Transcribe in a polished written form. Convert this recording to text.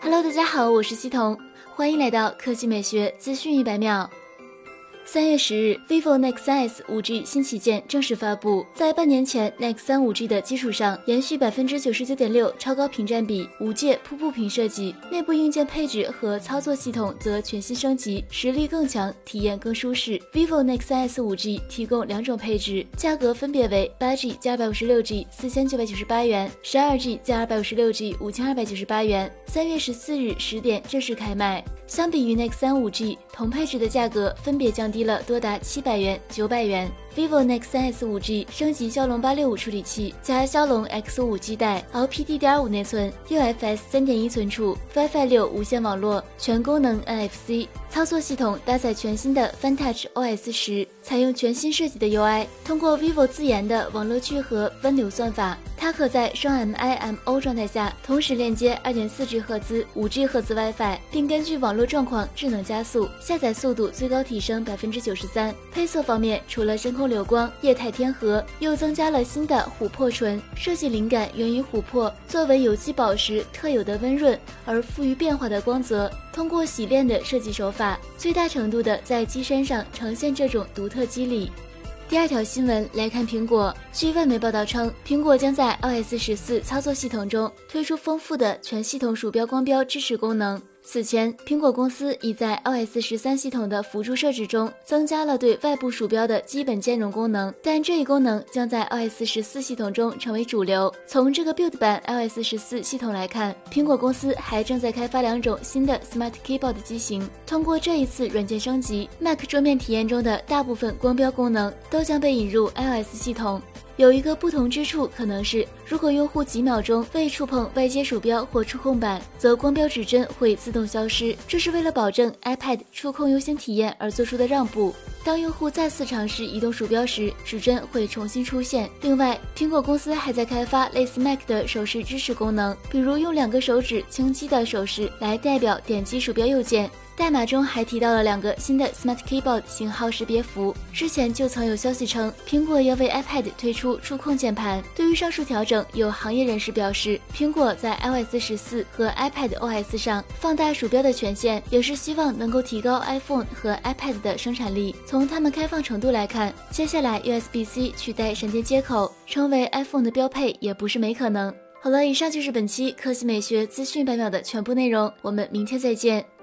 Hello， 大家好，我是西彤，欢迎来到科技美学资讯100秒。3月10日 ，vivo Nex 3S 5G 新旗舰正式发布。在半年前 Nex 3 5G 的基础上，延续 99.6% 超高屏占比、无界瀑布屏设计，内部硬件配置和操作系统则全新升级，实力更强，体验更舒适。vivo Nex 3S 5G 提供2种配置，价格分别为 8G 加 256G 4998元 ，12G 加 256G 5298元。3月14日10点正式开卖。相比于 Nex 3 5G， 同配置的价格分别降低了多达700元、900元。vivo Nex 3S 5G 升级骁龙865处理器，加骁龙 X55基带，LPDDR5 内存，UFS 3.1存储 ，WiFi 6无线网络，全功能 NFC。操作系统搭载全新的 FunTouch OS 10，采用全新设计的 UI， 通过 vivo 自研的网络聚合分流算法，它可在双 MIMO 状态下同时连接 2.4G 赫兹、5G 赫兹 WiFi， 并根据网络状况智能加速，下载速度最高提升 93%。配色方面，除了深空流光、液态天河，又增加了新的琥珀纯，设计灵感源于琥珀作为有机宝石特有的温润而富于变化的光泽。通过洗练的设计手法，最大程度的在机身上呈现这种独特肌理。第二条新闻来看苹果。据外媒报道称，苹果将在 iOS 14操作系统中推出丰富的全系统鼠标光标支持功能。此前，苹果公司已在 iOS 13系统的辅助设置中增加了对外部鼠标的基本兼容功能，但这一功能将在 iOS 14系统中成为主流。从这个 Build 版 iOS 14系统来看，苹果公司还正在开发2种新的 Smart Keyboard 机型。通过这一次软件升级， Mac 桌面体验中的大部分光标功能都将被引入 iOS 系统。有一个不同之处，可能是如果用户几秒钟未触碰外接鼠标或触控板，则光标指针会自动消失，这是为了保证 iPad 触控优先体验而做出的让步。当用户再次尝试移动鼠标时，指针会重新出现。另外，苹果公司还在开发类似 Mac 的手势支持功能，比如用2个手指轻击的手势来代表点击鼠标右键。代码中还提到了2个新的 Smart Keyboard 型号识别符。之前就曾有消息称，苹果要为 iPad 推出触控键盘。对于上述调整，有行业人士表示，苹果在 iOS 14和 iPad OS 上放大鼠标的权限，也是希望能够提高 iPhone 和 iPad 的生产力。从它们开放程度来看，接下来 USB-C 取代闪电接口成为 iPhone 的标配也不是没可能。好了，以上就是本期科技美学资讯100秒的全部内容，我们明天再见。